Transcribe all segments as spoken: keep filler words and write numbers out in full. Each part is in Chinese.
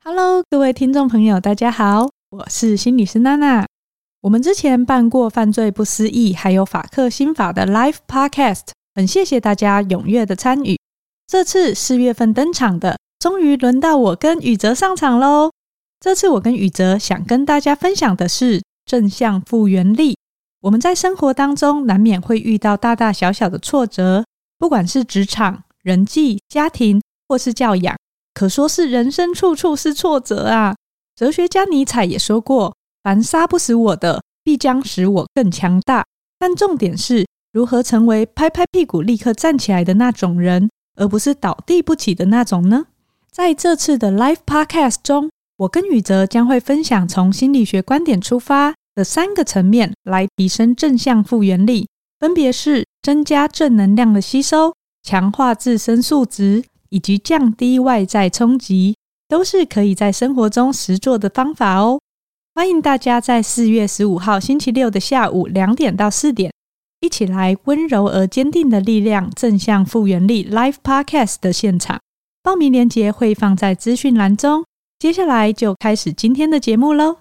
Hello， 各位听众朋友，大家好，我是心理师娜娜。我们之前办过犯罪不思议还有法克心法的 Live Podcast， 很谢谢大家踊跃的参与。这次四月份登场的，终于轮到我跟宇哲上场咯。这次我跟宇哲想跟大家分享的是正向复原力。我们在生活当中难免会遇到大大小小的挫折，不管是职场、人际、家庭或是教养，可说是人生处处是挫折啊。哲学家尼采也说过，凡杀不死我的，必将使我更强大。但重点是如何成为拍拍屁股立刻站起来的那种人，而不是倒地不起的那种呢？在这次的 Live Podcast 中，我跟宇哲将会分享从心理学观点出发的三个层面来提升正向复原力，分别是增加正能量的吸收、强化自身素质以及降低外在冲击，都是可以在生活中实作的方法哦。欢迎大家在四月十五号星期六的下午两点到四点，一起来温柔而坚定的力量正向复原力 Live Podcast 的现场。报名链接会放在资讯栏中。接下来就开始今天的节目咯。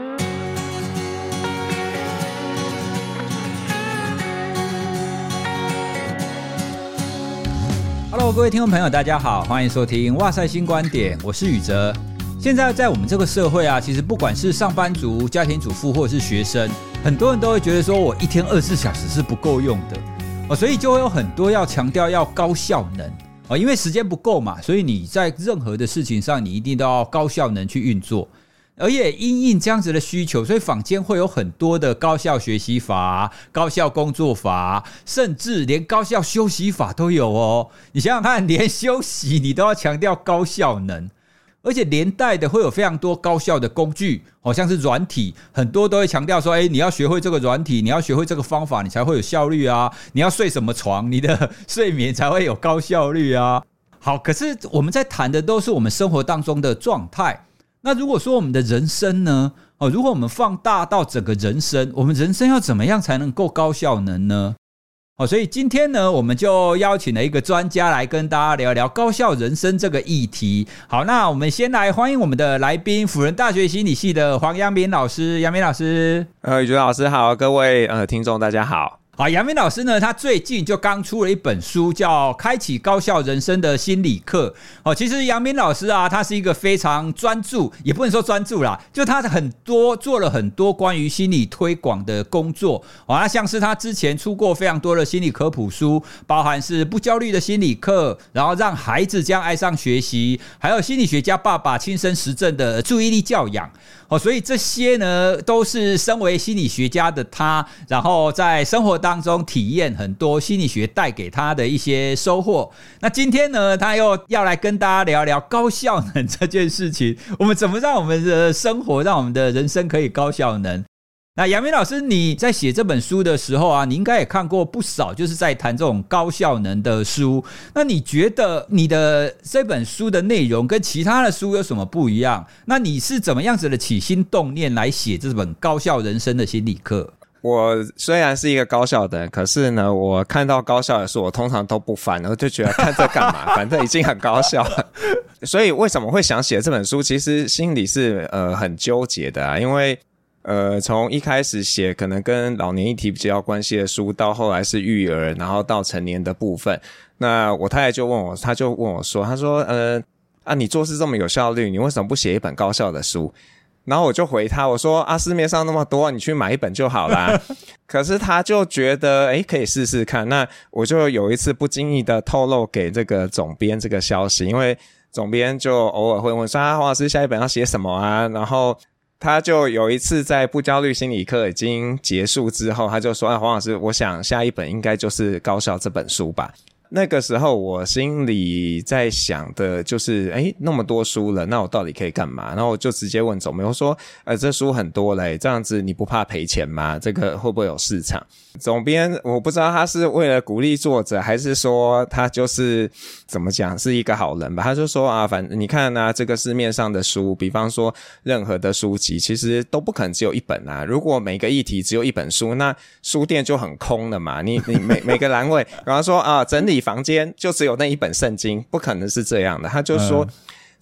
Hello， 各位听众朋友，大家好，欢迎收听哇塞新观点，我是宇哲。现在在我们这个社会啊，其实不管是上班族、家庭主妇或者是学生，很多人都会觉得说我一天二十四小时是不够用的、哦、所以就会有很多要强调要高效能、哦、因为时间不够嘛，所以你在任何的事情上你一定都要高效能去运作。而也因应这样子的需求，所以坊间会有很多的高效学习法、高效工作法，甚至连高效休息法都有哦。你想想看，连休息你都要强调高效能，而且连带的会有非常多高效的工具，好像是软体，很多都会强调说，哎，你要学会这个软体，你要学会这个方法，你才会有效率啊。你要睡什么床，你的睡眠才会有高效率啊。好，可是我们在谈的都是我们生活当中的状态。那如果说我们的人生呢、哦、如果我们放大到整个人生，我们人生要怎么样才能够高效能呢、哦、所以今天呢，我们就邀请了一个专家来跟大家聊聊高效人生这个议题。好，那我们先来欢迎我们的来宾，辅仁大学心理系的黄阳明老师。阳明老师， 呃，宇哲老师好，各位呃听众大家好。 好，阳明老师呢，他最近就刚出了一本书，叫《开启高效人生的心理课》。哦，其实阳明老师啊，他是一个非常专注，也不能说专注啦，就他很多做了很多关于心理推广的工作。哦，那像是他之前出过非常多的心理科普书，包含是不焦虑的心理课，然后让孩子将爱上学习，还有心理学家爸爸亲身实证的注意力教养。哦，所以这些呢，都是身为心理学家的他，然后在生活当中体验很多心理学带给他的一些收获。那今天呢，他又要来跟大家聊聊高效能这件事情，我们怎么让我们的生活，让我们的人生可以高效能。那阳明老师，你在写这本书的时候啊，你应该也看过不少就是在谈这种高效能的书。那你觉得你的这本书的内容跟其他的书有什么不一样？那你是怎么样子的起心动念来写这本高效人生的心理课？ 我虽然是一个高效的人，可是呢，我看到高效的书，我通常都不翻，我就觉得看这干嘛？反正已经很高效了。所以为什么会想写这本书？其实心里是呃很纠结的啊，因为呃从一开始写可能跟老年议题比较有关系的书，到后来是育儿，然后到成年的部分。那我太太就问我，她就问我说，她说呃啊你做事这么有效率，你为什么不写一本高效的书？然后我就回他，我说啊，市面上那么多，你去买一本就好啦。可是他就觉得诶可以试试看。那我就有一次不经意的透露给这个总编这个消息，因为总编就偶尔会问说啊，黄老师下一本要写什么啊？然后他就有一次在不焦虑心理课已经结束之后，他就说啊，黄老师，我想下一本应该就是高效这本书吧。那个时候我心里在想的就是诶那么多书了，那我到底可以干嘛？然后我就直接问总编，我说呃这书很多嘞，这样子你不怕赔钱吗？这个会不会有市场？总编我不知道他是为了鼓励作者，还是说他就是怎么讲是一个好人吧。他就说啊，反正你看啊，这个市面上的书，比方说任何的书籍其实都不可能只有一本啊，如果每个议题只有一本书，那书店就很空了嘛。你你每每个栏位然后说啊整理房间就只有那一本圣经，不可能是这样的。他就说、嗯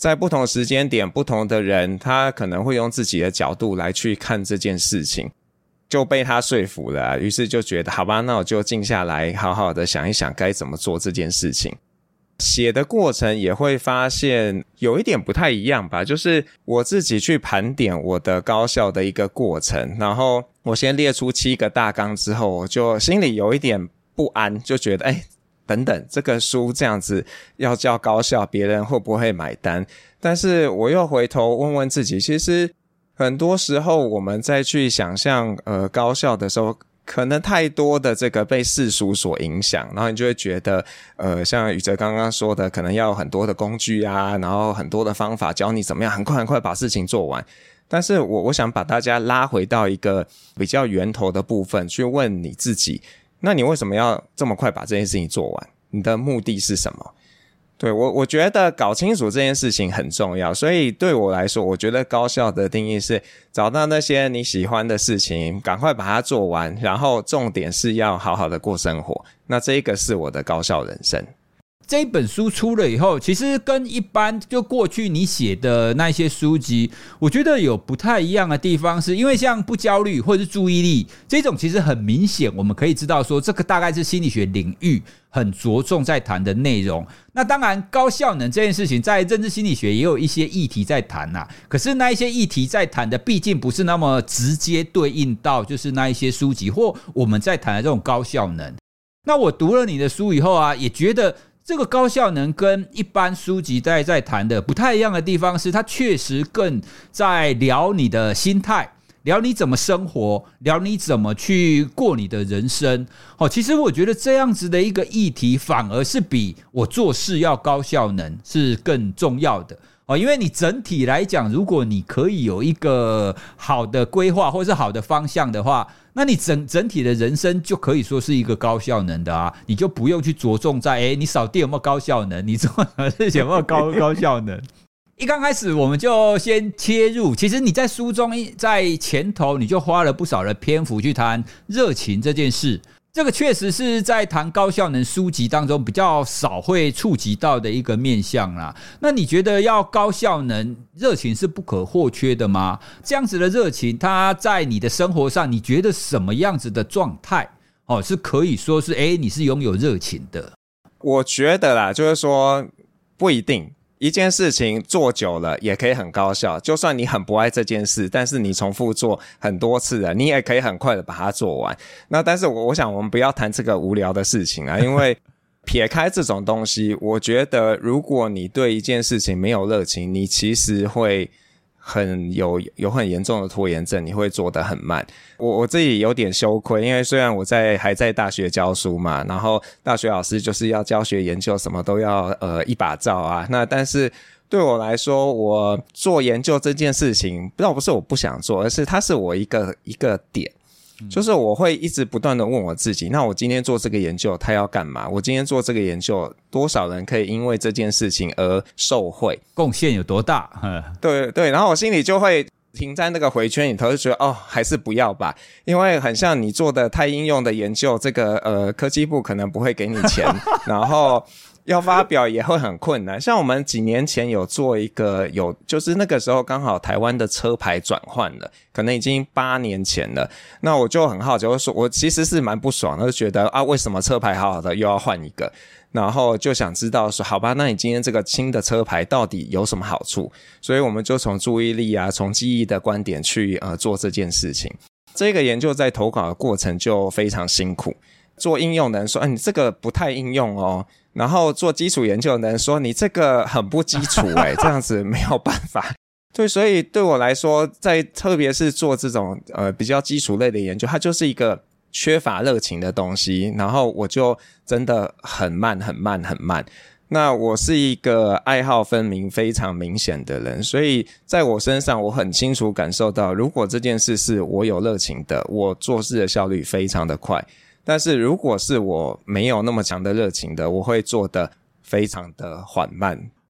在不同时间点不同的人，他可能会用自己的角度来去看这件事情，就被他说服了啊，于是就觉得好吧，那我就静下来好好的想一想该怎么做这件事情。写的过程也会发现有一点不太一样吧，就是我自己去盘点我的高效的一个过程，然后我先列出七个大纲之后，我就心里有一点不安，就觉得哎，等等，这个书这样子要叫高效，别人会不会买单？但是我又回头问问自己，其实很多时候我们再去想象呃高效的时候，可能太多的这个被世俗所影响，然后你就会觉得呃像宇哲刚刚说的，可能要有很多的工具啊，然后很多的方法教你怎么样很快很快把事情做完。但是我我想把大家拉回到一个比较源头的部分，去问你自己，那你为什么要这么快把这件事情做完？你的目的是什么？对，我我觉得搞清楚这件事情很重要，所以对我来说，我觉得高效的定义是找到那些你喜欢的事情，赶快把它做完，然后重点是要好好的过生活。那这一个是我的高效人生。 这一本书出了以后，其实跟一般就过去你写的那些书籍，我觉得有不太一样的地方，是因为像不焦虑或是注意力这种，其实很明显我们可以知道说，这个大概是心理学领域很着重在谈的内容。那当然高效能这件事情在认知心理学也有一些议题在谈啊，可是那一些议题在谈的毕竟不是那么直接对应到就是那一些书籍或我们在谈的这种高效能。那我读了你的书以后啊，也觉得这个高效能跟一般书籍在在谈的不太一样的地方是，它确实更在聊你的心态，聊你怎么生活，聊你怎么去过你的人生。哦，其实我觉得这样子的一个议题，反而是比我做事要高效能是更重要的。哦，因为你整体来讲，如果你可以有一个好的规划或是好的方向的话，那你整整体的人生就可以说是一个高效能的啊，你就不用去着重在哎，你扫地有没有高效能，你做什么事情有没有高高效能。一刚开始我们就先切入，其实你在书中在前头你就花了不少的篇幅去谈热情这件事，这个确实是在谈高效能书籍当中比较少会触及到的一个面向啦。那你觉得要高效能，热情是不可或缺的吗？这样子的热情，它在你的生活上，你觉得什么样子的状态，哦，是可以说是哎，你是拥有热情的？ 我觉得啦，就是说不一定。一件事情做久了也可以很高效，就算你很不爱这件事，但是你重复做很多次了，你也可以很快的把它做完。那但是我我想我们不要谈这个无聊的事情啊，因为撇开这种东西，我觉得如果你对一件事情没有热情，你其实会很有有很严重的拖延症，你会做得很慢。我我自己有点羞愧，因为虽然我在还在大学教书嘛，然后大学老师就是要教学研究什么都要呃一把照啊，那但是对我来说，我做研究这件事情，不知道不是我不想做，而是它是我一个一个点。就是我会一直不断的问我自己，那我今天做这个研究它要干嘛？我今天做这个研究多少人可以因为这件事情而受惠， 贡献有多大？ 对对，然后我心里就会停在那个回圈里头，就觉得哦还是不要吧，因为很像你做的太应用的研究，这个呃科技部可能不会给你钱然后要发表也会很困难。像我们几年前有做一个有就是那个时候刚好台湾的车牌转换了，可能已经八年前了，那我就很好奇，我说我其实是蛮不爽的，就觉得啊为什么车牌好好的又要换一个，然后就想知道说好吧，那你今天这个新的车牌到底有什么好处，所以我们就从注意力啊从记忆的观点去呃做这件事情。这个研究在投稿的过程就非常辛苦，做应用的人说、啊、你这个不太应用哦，然后做基础研究的人说你这个很不基础欸这样子没有办法。对，所以对我来说，在特别是做这种呃比较基础类的研究，它就是一个缺乏热情的东西，然后我就真的很慢很慢很慢。那我是一个爱好分明非常明显的人，所以在我身上我很清楚感受到，如果这件事是我有热情的，我做事的效率非常的快，但是如果是我没有那么强的热情的，我会做得非常的缓慢。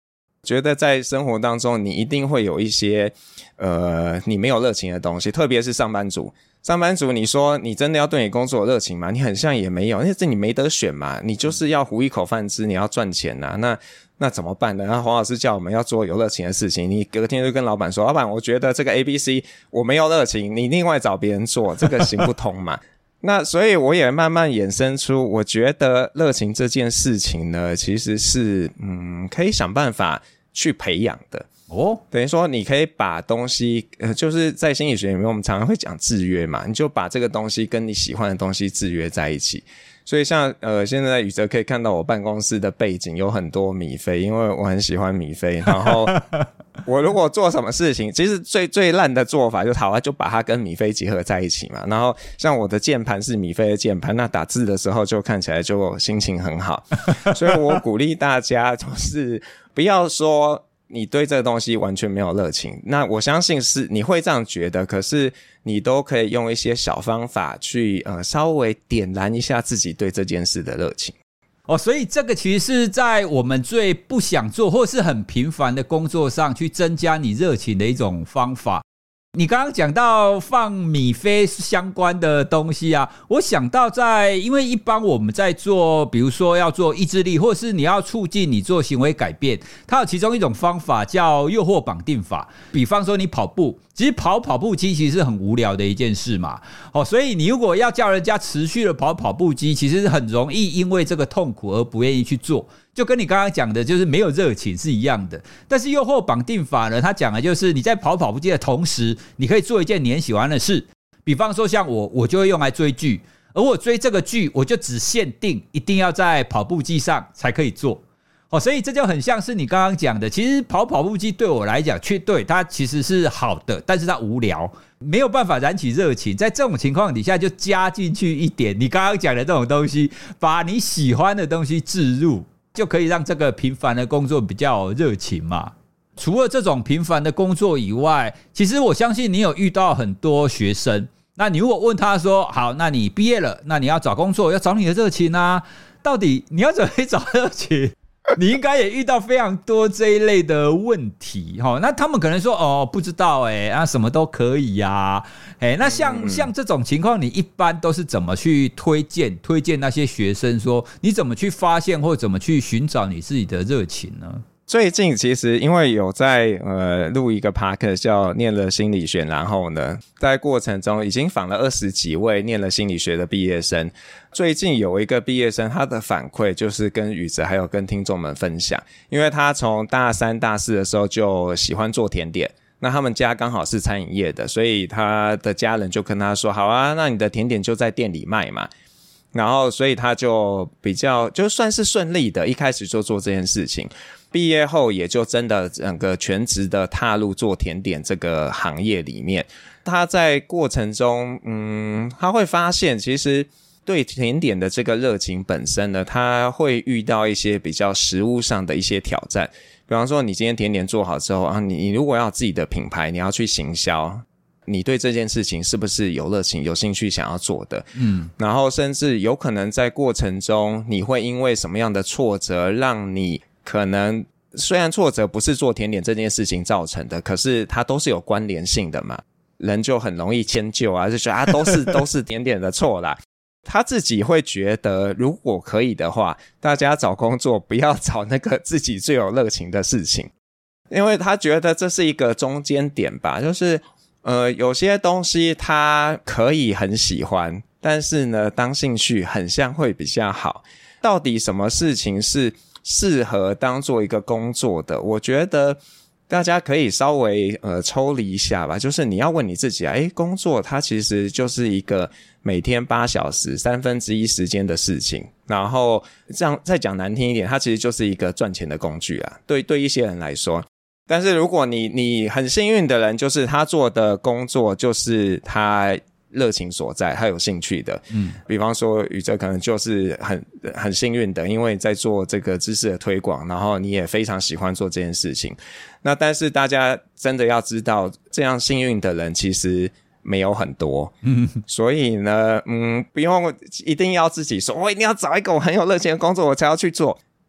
觉得在生活当中你一定会有一些呃你没有热情的东西，特别是上班族。上班族你说你真的要对你工作有热情吗？你很像也没有，因为这你没得选嘛，你就是要糊一口饭吃，你要赚钱啊，那那怎么办呢？然后黄老师叫我们要做有热情的事情，你隔天就跟老板说，老板我觉得这个 A B C 我没有热情，你另外找别人做，这个行不通嘛。那所以我也慢慢衍生出，我觉得热情这件事情呢，其实是嗯可以想办法去培养的。哦，等于说你可以把东西呃，就是在心理学里面我们常常会讲制约嘛，你就把这个东西跟你喜欢的东西制约在一起。所以像呃，现在宇哲可以看到我办公室的背景有很多米菲，因为我很喜欢米菲。然后我如果做什么事情，其实最最烂的做法就是好啊，就把它跟米菲结合在一起嘛。然后像我的键盘是米菲的键盘，那打字的时候就看起来就心情很好。所以我鼓励大家就是不要说你对这个东西完全没有热情，那我相信是你会这样觉得，可是你都可以用一些小方法去呃稍微点燃一下自己对这件事的热情。 哦，所以这个其实是在我们最不想做或是很平凡的工作上去增加你热情的一种方法。你刚刚讲到放米菲相关的东西啊，我想到在因为一般我们在做比如说要做意志力或是你要促进你做行为改变，它有其中一种方法叫诱惑绑定法。比方说你跑步，其实跑跑步机其实是很无聊的一件事嘛，哦，所以你如果要叫人家持续的跑跑步机，其实很容易因为这个痛苦而不愿意去做，就跟你刚刚讲的就是没有热情是一样的。但是诱惑绑定法呢，它讲的就是你在跑跑步机的同时，你可以做一件你很喜欢的事。比方说像我，我就会用来追剧，而我追这个剧，我就只限定一定要在跑步机上才可以做。哦，所以这就很像是你刚刚讲的，其实跑跑步机对我来讲，确对它其实是好的，但是它无聊，没有办法燃起热情。在这种情况底下，就加进去一点你刚刚讲的这种东西，把你喜欢的东西置入，就可以让这个平凡的工作比较有热情嘛。除了这种平凡的工作以外，其实我相信你有遇到很多学生，那你如果问他说，好，那你毕业了，那你要找工作，要找你的热情啊，到底你要怎么找热情？你应该也遇到非常多这一类的问题，那他们可能说哦不知道哎、欸，啊什么都可以啊，哎，那像、嗯、像这种情况，你一般都是怎么去推荐推荐那些学生说你怎么去发现或怎么去寻找你自己的热情呢？ 最近其实因为有在呃录一个 podcast 叫念了心理学，然后呢在过程中已经访了二十几位念了心理学的毕业生。最近有一个毕业生，他的反馈就是跟宇哲还有跟听众们分享，因为他从大三大四的时候就喜欢做甜点，那他们家刚好是餐饮业的，所以他的家人就跟他说，好啊，那你的甜点就在店里卖嘛。然后所以他就比较就算是顺利的，一开始就做这件事情，毕业后也就真的整个全职的踏入做甜点这个行业里面。他在过程中嗯，他会发现其实对甜点的这个热情本身呢，他会遇到一些比较实务上的一些挑战。比方说你今天甜点做好之后啊，你你如果要有自己的品牌，你要去行销，你对这件事情是不是有热情有兴趣想要做的，嗯，然后甚至有可能在过程中你会因为什么样的挫折让你可能虽然挫折不是做甜点这件事情造成的，可是它都是有关联性的嘛，人就很容易迁就啊，就觉得啊都是都是甜点的错啦。他自己会觉得如果可以的话，大家找工作不要找那个自己最有热情的事情，因为他觉得这是一个中间点吧，就是呃，有些东西他可以很喜欢，但是呢当兴趣很像会比较好。到底什么事情是适合当做一个工作的，我觉得大家可以稍微呃抽离一下吧，就是你要问你自己啊，诶，工作它其实就是一个每天八小时三分之一时间的事情，然后这样再讲难听一点，它其实就是一个赚钱的工具啊，对对一些人来说。但是如果你你很幸运的人，就是他做的工作就是他热情所在，他有兴趣的，嗯，比方说宇哲可能就是很很幸运的，因为在做这个知识的推广，然后你也非常喜欢做这件事情。那但是大家真的要知道，这样幸运的人其实没有很多，嗯，所以呢，嗯，不用一定要自己说，我一定要找一个我很有热情的工作我才要去做。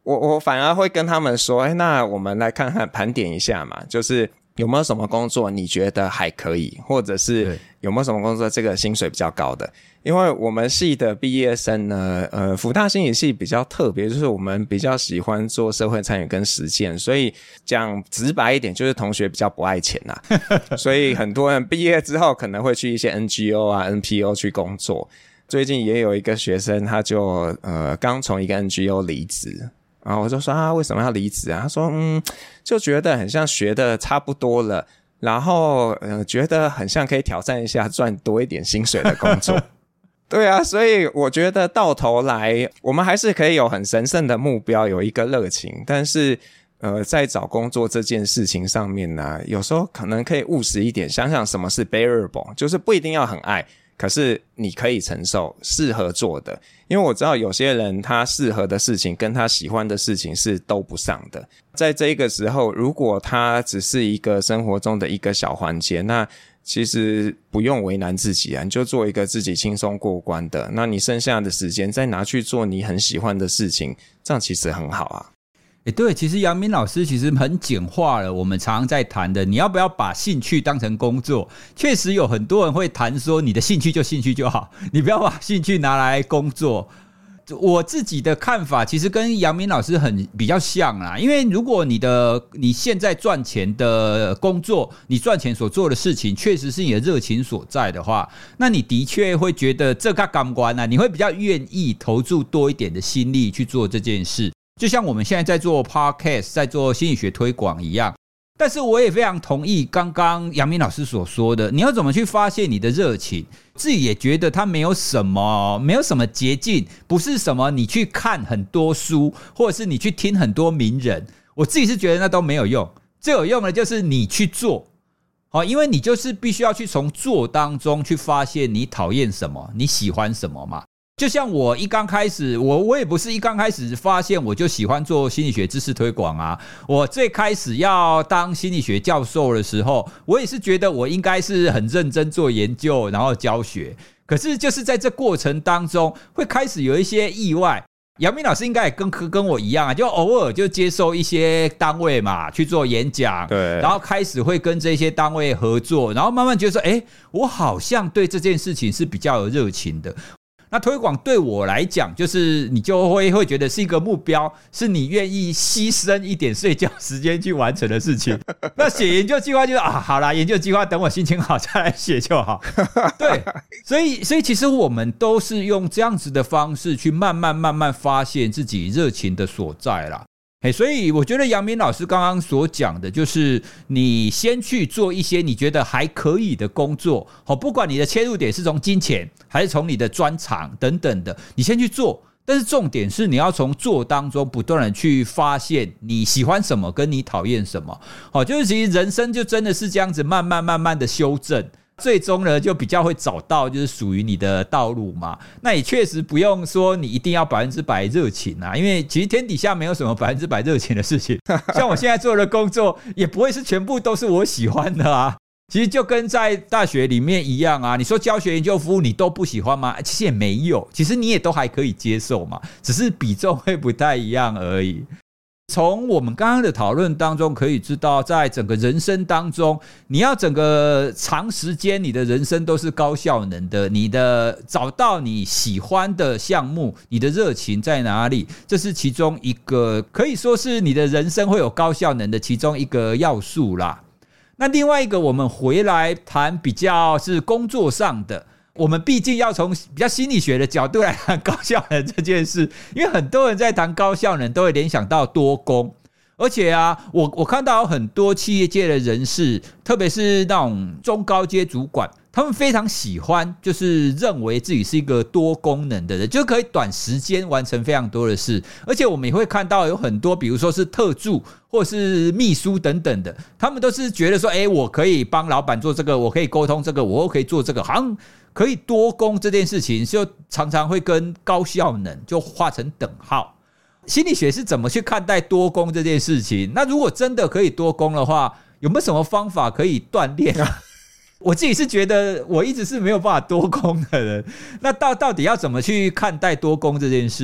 我我反而会跟他们说，哎，那我们来看看盘点一下嘛，就是有没有什么工作你觉得还可以，或者是有没有什么工作这个薪水比较高的。因为我们系的毕业生呢，呃，辅大心理系比较特别，就是我们比较喜欢做社会参与跟实践，所以讲直白一点，就是同学比较不爱钱啦、啊、所以很多人毕业之后可能会去一些 N G O 啊 N P O 去工作。最近也有一个学生，他就呃刚从一个 N G O 离职，然后我就说啊，为什么要离职啊？他说嗯，就觉得很像学的差不多了，然后呃觉得很像可以挑战一下赚多一点薪水的工作。对啊，所以我觉得到头来我们还是可以有很神圣的目标，有一个热情，但是呃，在找工作这件事情上面呢、啊，有时候可能可以务实一点，想想什么是 bearable， 就是不一定要很爱，可是你可以承受，适合做的。因为我知道有些人他适合的事情跟他喜欢的事情是都不上的，在这个时候如果他只是一个生活中的一个小环节，那其实不用为难自己啊，你就做一个自己轻松过关的，那你剩下的时间再拿去做你很喜欢的事情，这样其实很好啊。 欸、对，其实阳明老师其实很简化了我们常常在谈的，你要不要把兴趣当成工作。确实有很多人会谈说你的兴趣就兴趣就好，你不要把兴趣拿来工作。我自己的看法其实跟阳明老师很比较像啦，因为如果你的你现在赚钱的工作，你赚钱所做的事情确实是你的热情所在的话，那你的确会觉得这个感官啊，你会比较愿意投注多一点的心力去做这件事。就像我们现在在做 podcast 在做心理学推广一样。但是我也非常同意刚刚阳明老师所说的，你要怎么去发现你的热情，自己也觉得它没有什么没有什么捷径，不是什么你去看很多书或者是你去听很多名人，我自己是觉得那都没有用，最有用的就是你去做，因为你就是必须要去从做当中去发现你讨厌什么你喜欢什么嘛。就像我一刚开始，我我也不是一刚开始发现我就喜欢做心理学知识推广啊。我最开始要当心理学教授的时候，我也是觉得我应该是很认真做研究，然后教学。可是就是在这过程当中，会开始有一些意外。阳明老师应该也跟跟我一样啊，就偶尔就接受一些单位嘛去做演讲，对，然后开始会跟这些单位合作，然后慢慢觉得说，哎，我好像对这件事情是比较有热情的。那推广对我来讲，就是你就会会觉得是一个目标，是你愿意牺牲一点睡觉时间去完成的事情。那写研究计划就是啊，好啦，研究计划等我心情好再来写就好。对，所以所以其实我们都是用这样子的方式去慢慢慢慢发现自己热情的所在啦。所以我觉得阳明老师刚刚所讲的就是你先去做一些你觉得还可以的工作，不管你的切入点是从金钱还是从你的专长等等的，你先去做，但是重点是你要从做当中不断的去发现你喜欢什么跟你讨厌什么。就是其实人生就真的是这样子慢慢慢慢的修正，最终呢就比较会找到就是属于你的道路嘛。那也确实不用说你一定要百分之百热情啊，因为其实天底下没有什么百分之百热情的事情。像我现在做的工作也不会是全部都是我喜欢的啊。其实就跟在大学里面一样啊，你说教学研究服务你都不喜欢吗？其实也没有，其实你也都还可以接受嘛，只是比重会不太一样而已。从我们刚刚的讨论当中可以知道，在整个人生当中，你要整个长时间你的人生都是高效能的，你的找到你喜欢的项目，你的热情在哪里，这是其中一个可以说是你的人生会有高效能的其中一个要素啦。那另外一个我们回来谈比较是工作上的，我们毕竟要从比较心理学的角度来谈高效能这件事，因为很多人在谈高效能都会联想到多工，而且啊，我我看到很多企业界的人士，特别是那种中高阶主管，他们非常喜欢，就是认为自己是一个多功能的人，就可以短时间完成非常多的事。而且我们也会看到有很多，比如说是特助或是秘书等等的，他们都是觉得说，哎，我可以帮老板做这个，我可以沟通这个，我可以做这个，好像可以多工这件事情，就常常会跟高效能就画成等号。心理学是怎么去看待多工这件事情？那如果真的可以多工的话，有没有什么方法可以锻炼啊？我自己是觉得我一直是没有办法多工的人，那到到底要怎么去看待多工这件事？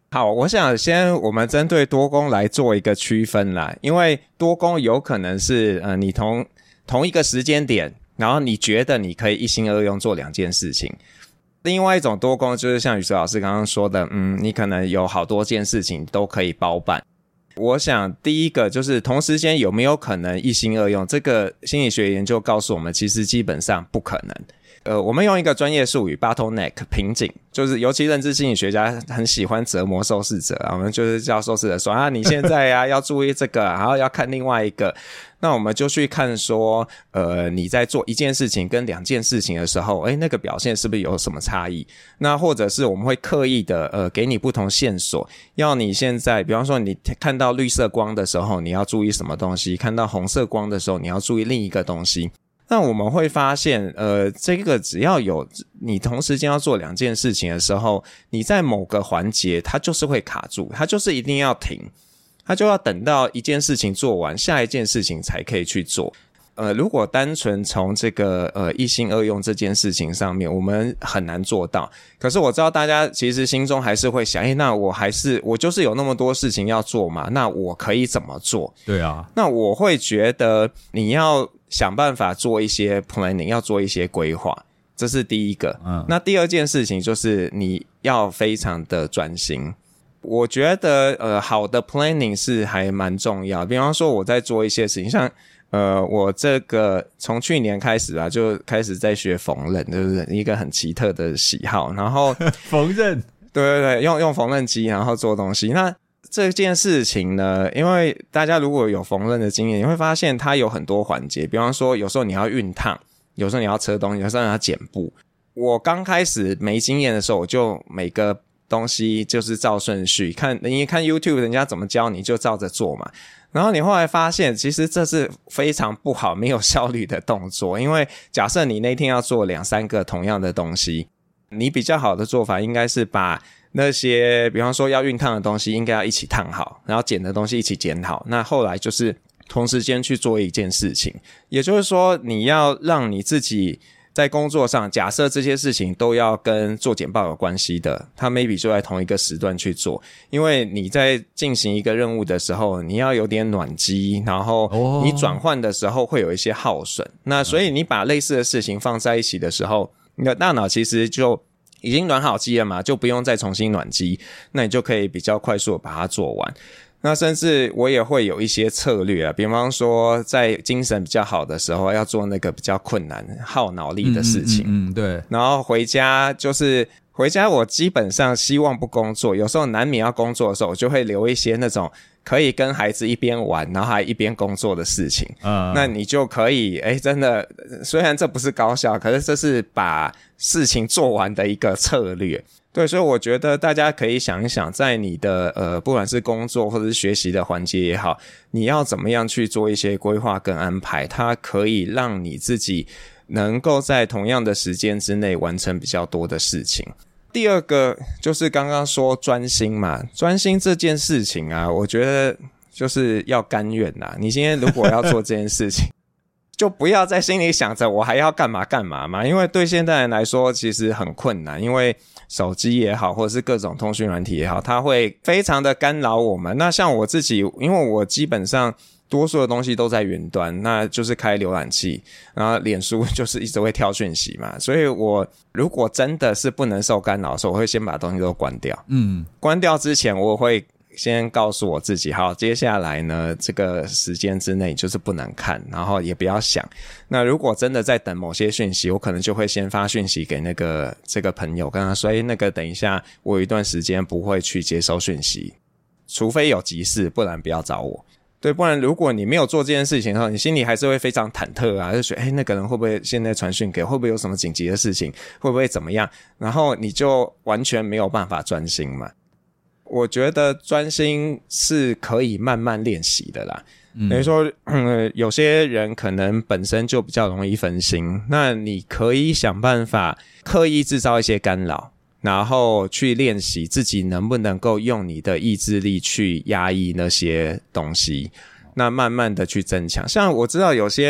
好，我想先我们针对多工来做一个区分啦，因为多工有可能是呃你同同一个时间点，然后你觉得你可以一心二用做两件事情。另外一种多工就是像宇哲老师刚刚说的，嗯，你可能有好多件事情都可以包办。我想第一个就是同时间有没有可能一心二用，这个心理学研究告诉我们其实基本上不可能。呃，我们用一个专业术语 bottleneck 瓶颈，就是尤其认知心理学家很喜欢折磨受试者啊，我们就是叫受试者说啊，你现在啊要注意这个，然后要看另外一个，那我们就去看说，呃，你在做一件事情跟两件事情的时候，诶，那个表现是不是有什么差异？那或者是我们会刻意的呃给你不同线索，要你现在，比方说你看到绿色光的时候，你要注意什么东西？看到红色光的时候，你要注意另一个东西。那我们会发现呃这个只要有你同时间要做两件事情的时候，你在某个环节它就是会卡住，它就是一定要停，它就要等到一件事情做完，下一件事情才可以去做。呃如果单纯从这个呃一心二用这件事情上面，我们很难做到。可是我知道大家其实心中还是会想，诶，那我还是我就是有那么多事情要做嘛，那我可以怎么做？ 对啊， 那我会觉得你要想办法做一些 planning， 要做一些规划，这是第一个。嗯，那第二件事情就是你要非常的专心。我觉得呃好的 planning 是还蛮重要。比方说我在做一些事情，像呃我这个从去年开始啊就开始在学缝纫，就是一个很奇特的喜好。然后缝纫， 对对对，用用缝纫机然后做东西。那这件事情呢，因为大家如果有缝纫的经验，你会发现它有很多环节，比方说有时候你要熨烫，有时候你要车东西，有时候你要剪布。我刚开始没经验的时候，我就每个东西就是照顺序看，你看 YouTube 人家怎么教你就照着做嘛。然后你后来发现其实这是非常不好没有效率的动作，因为假设你那天要做两三个同样的东西，你比较好的做法应该是把那些比方说要熨烫的东西应该要一起烫好，然后剪的东西一起剪好，那后来就是同时间去做一件事情。也就是说你要让你自己在工作上，假设这些事情都要跟做简报有关系的，它 maybe 就在同一个时段去做。因为你在进行一个任务的时候，你要有点暖机，然后你转换的时候会有一些耗损。那所以你把类似的事情放在一起的时候，你的大脑其实就已经暖好机了嘛，就不用再重新暖机，那你就可以比较快速的把它做完。那甚至我也会有一些策略啊，比方说在精神比较好的时候要做那个比较困难耗脑力的事情， 嗯嗯嗯对， 然后回家就是回家我基本上希望不工作，有时候难免要工作的时候，我就会留一些那种可以跟孩子一边玩然后还一边工作的事情。嗯，那你就可以诶真的虽然这不是高效，可是这是把事情做完的一个策略。对，所以我觉得大家可以想一想，在你的呃不管是工作或者是学习的环节也好，你要怎么样去做一些规划跟安排，它可以让你自己能够在同样的时间之内完成比较多的事情。第二个就是刚刚说专心嘛，专心这件事情啊，我觉得就是要甘愿啦。你今天如果要做这件事情就不要在心里想着我还要干嘛干嘛嘛，因为对现代人来说其实很困难，因为手机也好或者是各种通讯软体也好，它会非常的干扰我们。那像我自己，因为我基本上多数的东西都在云端，那就是开浏览器，然后脸书就是一直会跳讯息嘛，所以我如果真的是不能受干扰的时候，我会先把东西都关掉。嗯，关掉之前我会先告诉我自己，好，接下来呢这个时间之内就是不能看，然后也不要想。那如果真的在等某些讯息，我可能就会先发讯息给那个这个朋友，跟他说，诶，那个等一下我有一段时间不会去接收讯息，除非有急事，不然不要找我。对，不然如果你没有做这件事情的时候，你心里还是会非常忐忑啊，就觉得诶那个人会不会现在传讯给我，会不会有什么紧急的事情，会不会怎么样，然后你就完全没有办法专心嘛。我觉得专心是可以慢慢练习的啦，嗯、等于说、嗯、有些人可能本身就比较容易分心，那你可以想办法刻意制造一些干扰，然后去练习自己能不能够用你的意志力去压抑那些东西，那慢慢的去增强。像我知道有些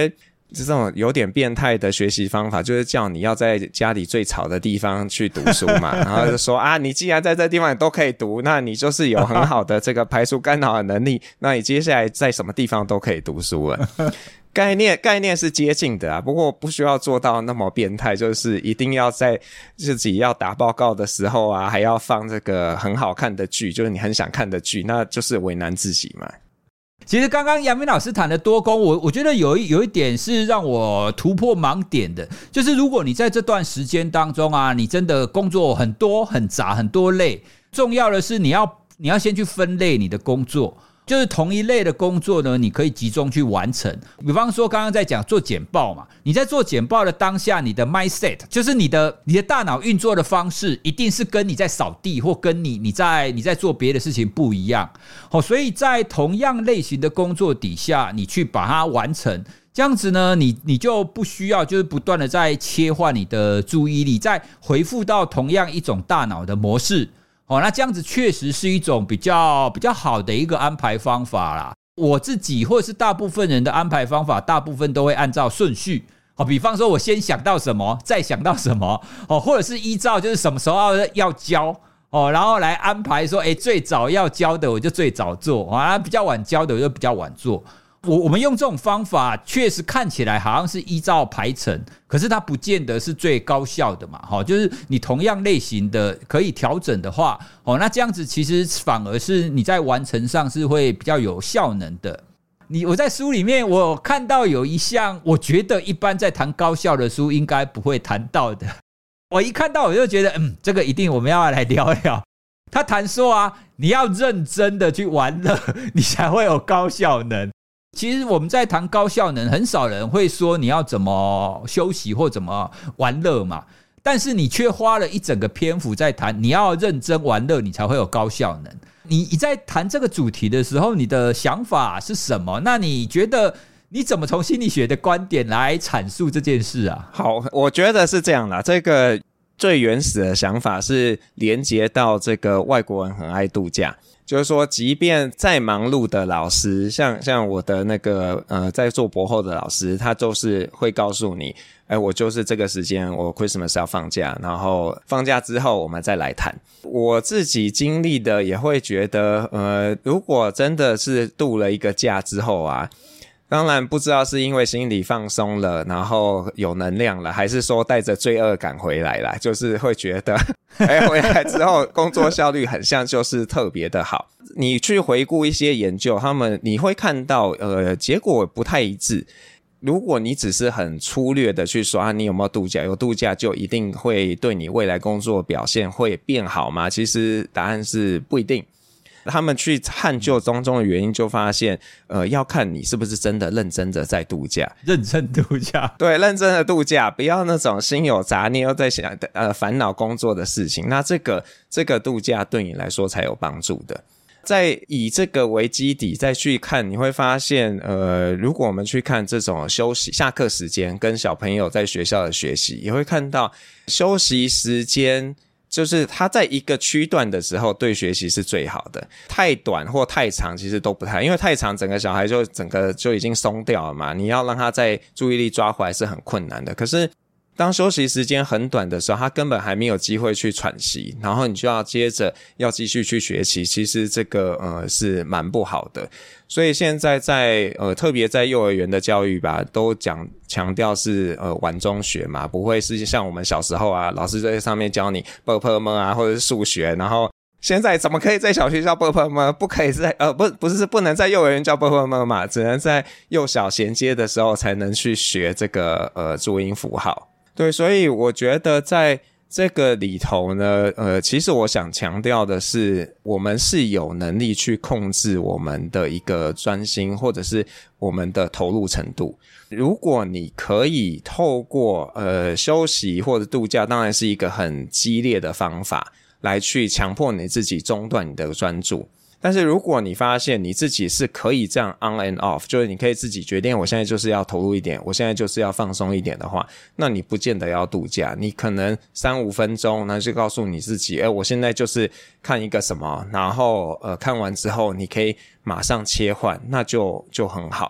这种有点变态的学习方法，就是叫你要在家里最吵的地方去读书嘛，然后就说啊，你既然在这地方你都可以读，那你就是有很好的这个排除干扰的能力，那你接下来在什么地方都可以读书了。概念概念是接近的啊，不过不需要做到那么变态，就是一定要在自己要打报告的时候啊，还要放这个很好看的剧，就是你很想看的剧，那就是为难自己嘛。 其实刚刚阳明老师谈的多工，我我觉得有一有一点是让我突破盲点的，就是如果你在这段时间当中啊，你真的工作很多很杂很多类，重要的是你要你要先去分类你的工作。就是同一类的工作呢，你可以集中去完成。比方说刚刚在讲做简报嘛，你在做简报的当下，你的 mindset 就是你的你的大脑运作的方式，一定是跟你在扫地或跟你你在你在做别的事情不一样。哦，所以在同样类型的工作底下，你去把它完成。这样子呢，你你就不需要就是不断的在切换你的注意力，再回复到同样一种大脑的模式。哦，那这样子确实是一种比较比较好的一个安排方法啦。我自己或者是大部分人的安排方法，大部分都会按照顺序。哦，比方说我先想到什么，再想到什么，哦，或者是依照就是什么时候要要交，哦，然后来安排说，哎，最早要交的我就最早做，啊，比较晚交的我就比较晚做。我我们用这种方法确实看起来好像是依照排程，可是它不见得是最高效的嘛，就是你同样类型的可以调整的话，那这样子其实反而是你在完成上是会比较有效能的。你我在书里面我看到有一项我觉得一般在谈高效的书应该不会谈到的，我一看到我就觉得嗯，这个一定我们要来聊聊。他谈说啊，你要认真的去玩乐，你才会有高效能。其实我们在谈高效能，很少人会说你要怎么休息或怎么玩乐嘛，但是你却花了一整个篇幅在谈你要认真玩乐，你才会有高效能。你在谈这个主题的时候，你的想法是什么？那你觉得你怎么从心理学的观点来阐述这件事啊？ 好，我觉得是这样啦，这个最原始的想法是连接到这个外国人很爱度假。就是说即便再忙碌的老师，像像我的那个呃在做博后的老师，他就是会告诉你，哎，我就是这个时间我 Christmas 要放假，然后放假之后我们再来谈。我自己经历的也会觉得呃如果真的是度了一个假之后啊，当然不知道是因为心理放松了，然后有能量了，还是说带着罪恶感回来啦，就是会觉得哎，回来之后工作效率很像就是特别的好。你去回顾一些研究，他们你会看到呃结果不太一致。如果你只是很粗略的去说啊，你有没有度假，有度假就一定会对你未来工作表现会变好吗？其实答案是不一定。他们去探究种种的原因，就发现呃，要看你是不是真的认真的在度假。 认真度假， 对，认真的度假，不要那种心有杂念又在想呃烦恼工作的事情，那这个这个度假对你来说才有帮助的。再以这个为基底再去看，你会发现呃，如果我们去看这种休息下课时间跟小朋友在学校的学习，也会看到休息时间就是他在一个区段的时候对学习是最好的，太短或太长其实都不太，因为太长整个小孩就整个就已经松掉了嘛，你要让他再注意力抓回来是很困难的。可是当休息时间很短的时候，他根本还没有机会去喘息，然后你就要接着要继续去学习，其实这个呃是蛮不好的。所以现在在呃特别在幼儿园的教育吧，都讲强调是呃晚中学嘛，不会是像我们小时候啊，老师在上面教你 b p m 啊或者是数学，然后现在怎么可以在小学教 b p m， 不可以在呃不不是不能在幼儿园教 b p m 嘛，只能在幼小衔接的时候才能去学这个呃注音符号。对，所以我觉得在这个里头呢，呃，其实我想强调的是，我们是有能力去控制我们的一个专心，或者是我们的投入程度。如果你可以透过呃休息或者度假，当然是一个很激烈的方法，来去强迫你自己中断你的专注。但是如果你发现你自己是可以这样 on and off， 就是你可以自己决定我现在就是要投入一点，我现在就是要放松一点的话，那你不见得要度假，你可能三五分钟那就告诉你自己，诶我现在就是看一个什么，然后呃看完之后你可以马上切换，那就就很好。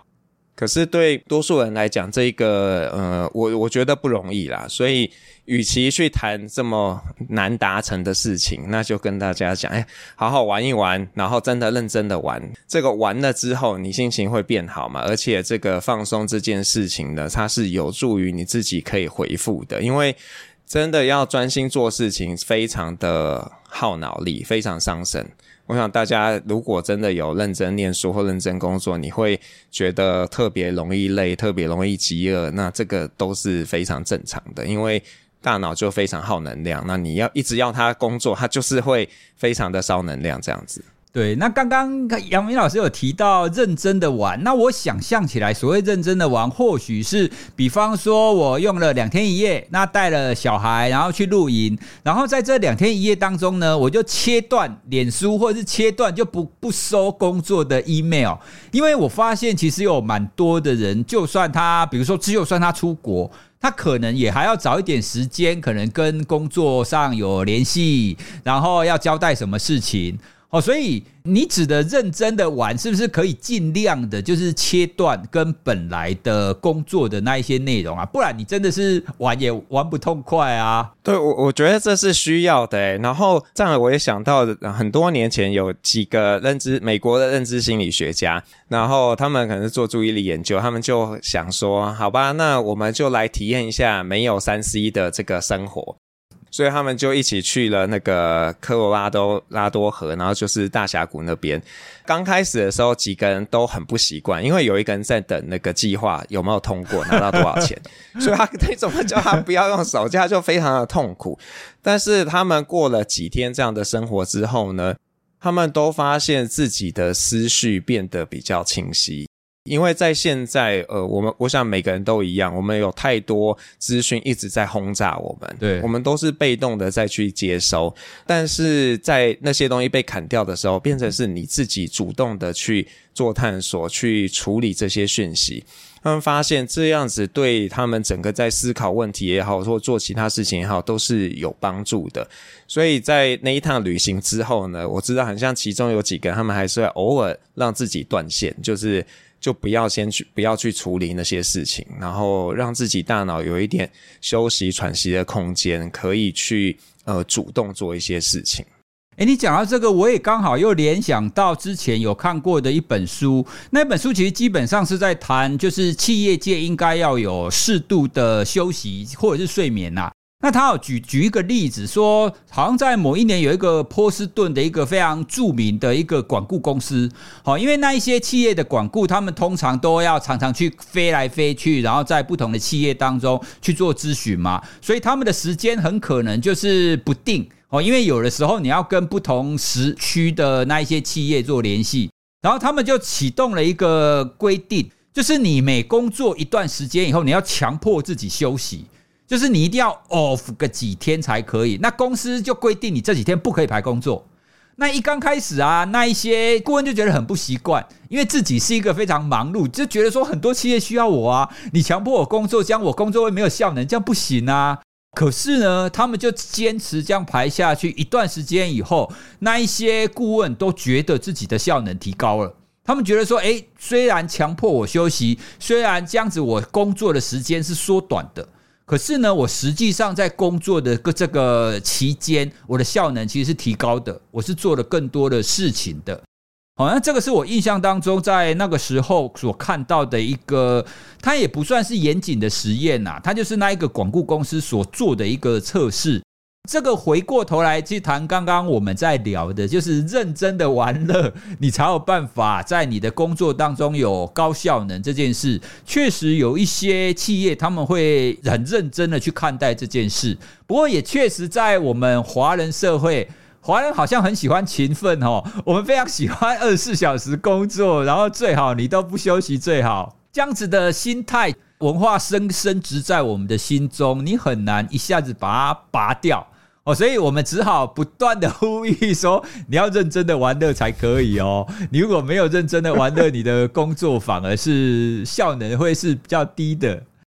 可是对多数人来讲，这个呃，我我觉得不容易啦。所以，与其去谈这么难达成的事情，那就跟大家讲，哎，好好玩一玩，然后真的认真的玩。这个玩了之后，你心情会变好嘛？而且这个放松这件事情呢，它是有助于你自己可以回复的，因为真的要专心做事情，非常的耗脑力，非常伤身。我想大家如果真的有认真念书或认真工作，你会觉得特别容易累，特别容易饥饿，那这个都是非常正常的，因为大脑就非常耗能量，那你要一直要它工作，它就是会非常的烧能量这样子。 对，那刚刚阳明老师有提到认真的玩，那我想象起来所谓认真的玩，或许是比方说我用了两天一夜，那带了小孩然后去露营，然后在这两天一夜当中呢，我就切断脸书或者是切断就不不收工作的 email， 因为我发现其实有蛮多的人，就算他比如说就算他出国，他可能也还要找一点时间，可能跟工作上有联系，然后要交代什么事情。哦，所以你指的认真的玩，是不是可以尽量的，就是切断跟本来的工作的那一些内容啊？不然你真的是玩也玩不痛快啊。 对，我我觉得这是需要的诶。然后这样我也想到很多年前有几个认知美国的认知心理学家，然后他们可能是做注意力研究，他们就想说，好吧，那我们就来体验一下没有 三 C 的这个生活。所以他们就一起去了那个科罗拉多拉多河，然后就是大峡谷那边。刚开始的时候，几个人都很不习惯，因为有一个人在等那个计划有没有通过，拿到多少钱，所以他你怎么叫他不要用手机，他就非常的痛苦。但是他们过了几天这样的生活之后呢，他们都发现自己的思绪变得比较清晰。因为在现在呃，我们我想每个人都一样，我们有太多资讯一直在轰炸我们， 对， 我们都是被动的再去接收，但是在那些东西被砍掉的时候，变成是你自己主动的去做探索，去处理这些讯息。他们发现这样子对他们整个在思考问题也好，或做其他事情也好，都是有帮助的。所以在那一趟旅行之后呢，我知道很像其中有几个人他们还是会偶尔让自己断线，就是就不要先去不要去处理那些事情，然后让自己大脑有一点休息喘息的空间，可以去呃主动做一些事情。 欸，你讲到这个，我也刚好又联想到之前有看过的一本书，那本书其实基本上是在谈，就是企业界应该要有适度的休息或者是睡眠啊。那他有举举一个例子说，好像在某一年有一个波士顿的一个非常著名的一个管顾公司，好，因为那一些企业的管顾，他们通常都要常常去飞来飞去，然后在不同的企业当中去做咨询嘛，所以他们的时间很可能就是不定。哦，因为有的时候你要跟不同时区的那一些企业做联系，然后他们就启动了一个规定，就是你每工作一段时间以后，你要强迫自己休息，就是你一定要 off 个几天才可以。那公司就规定你这几天不可以排工作。那一刚开始啊，那一些顾问就觉得很不习惯，因为自己是一个非常忙碌，就觉得说很多企业需要我啊，你强迫我工作，这样我工作会没有效能，这样不行啊。可是呢，他们就坚持这样排下去，一段时间以后，那一些顾问都觉得自己的效能提高了。他们觉得说，诶，虽然强迫我休息，虽然这样子我工作的时间是缩短的，可是呢，我实际上在工作的这个期间，我的效能其实是提高的，我是做了更多的事情的。好，那这个是我印象当中在那个时候所看到的一个，它也不算是严谨的实验啊，它就是那一个管顾公司所做的一个测试。这个回过头来去谈刚刚我们在聊的，就是认真的玩乐，你才有办法在你的工作当中有高效能这件事。确实有一些企业他们会很认真的去看待这件事，不过也确实在我们华人社会，华人好像很喜欢勤奋哦，我们非常喜欢二十四小时工作，然后最好你都不休息最好。这样子的心态文化深深植在我们的心中，你很难一下子把它拔掉哦，所以我们只好不断的呼吁说，你要认真的玩乐才可以哦。你如果没有认真的玩乐，你的工作反而是效能会是比较低的。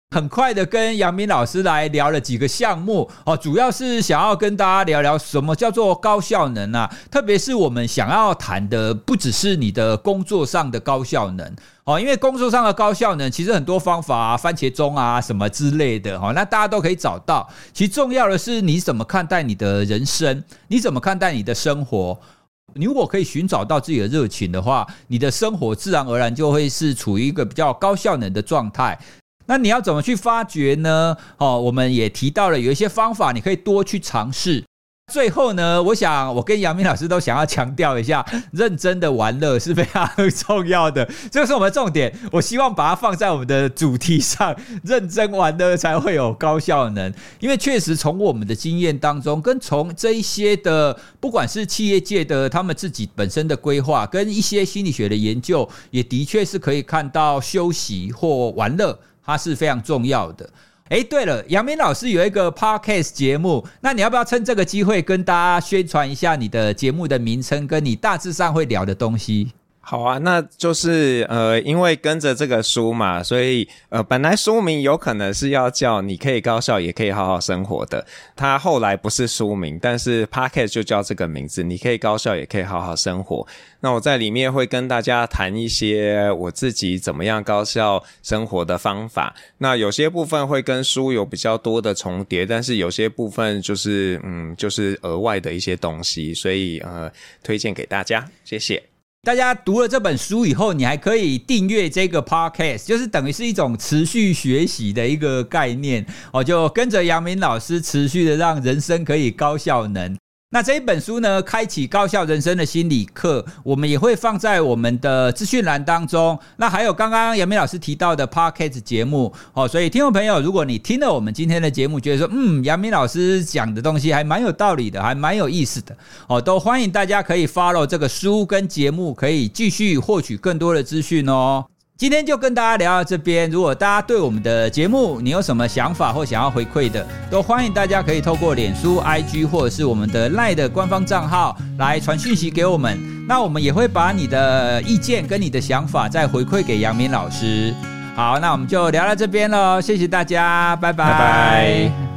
很快的跟阳明老师来聊了几个项目哦，主要是想要跟大家聊聊什么叫做高效能啊，特别是我们想要谈的不只是你的工作上的高效能哦，因为工作上的高效能其实很多方法啊，番茄钟啊什么之类的哦，那大家都可以找到。其实重要的是你怎么看待你的人生，你怎么看待你的生活。你如果可以寻找到自己的热情的话，你的生活自然而然就会是处于一个比较高效能的状态。那你要怎么去发掘呢？哦，我们也提到了有一些方法，你可以多去尝试。最后呢，我想我跟阳明老师都想要强调一下，认真的玩乐是非常重要的，这个是我们的重点。我希望把它放在我们的主题上，认真玩乐才会有高效能。因为确实从我们的经验当中，跟从这一些的不管是企业界的他们自己本身的规划，跟一些心理学的研究，也的确是可以看到休息或玩乐它是非常重要的。哎，对了，阳明老师有一个 podcast 节目，那你要不要趁这个机会跟大家宣传一下你的节目的名称，跟你大致上会聊的东西？ 好啊，那就是呃，因为跟着这个书嘛，所以呃，本来书名有可能是要叫你可以高效也可以好好生活的，它后来不是书名，但是 podcast 就叫这个名字，你可以高效也可以好好生活。那我在里面会跟大家谈一些我自己怎么样高效生活的方法，那有些部分会跟书有比较多的重叠，但是有些部分就是嗯，就是额外的一些东西，所以呃，推荐给大家，谢谢。 大家读了这本书以后，你还可以订阅这个 podcast， 就是等于是一种持续学习的一个概念哦，就跟着阳明老师持续的让人生可以高效能。那这一本书呢，开启高效人生的心理课，我们也会放在我们的资讯栏当中。那还有刚刚阳明老师提到的 podcast 节目哦，所以听众朋友，如果你听了我们今天的节目，觉得说嗯，阳明老师讲的东西还蛮有道理的，还蛮有意思的哦，都欢迎大家可以 follow 这个书跟节目，可以继续获取更多的资讯哦。今天就跟大家聊到这边，如果大家对我们的节目你有什么想法或想要回馈的，都欢迎大家可以透过脸书 I G 或者是我们的 LINE 的官方账号来传讯息给我们，那我们也会把你的意见跟你的想法再回馈给阳明老师。好，那我们就聊到这边咯，谢谢大家，拜拜。 拜拜。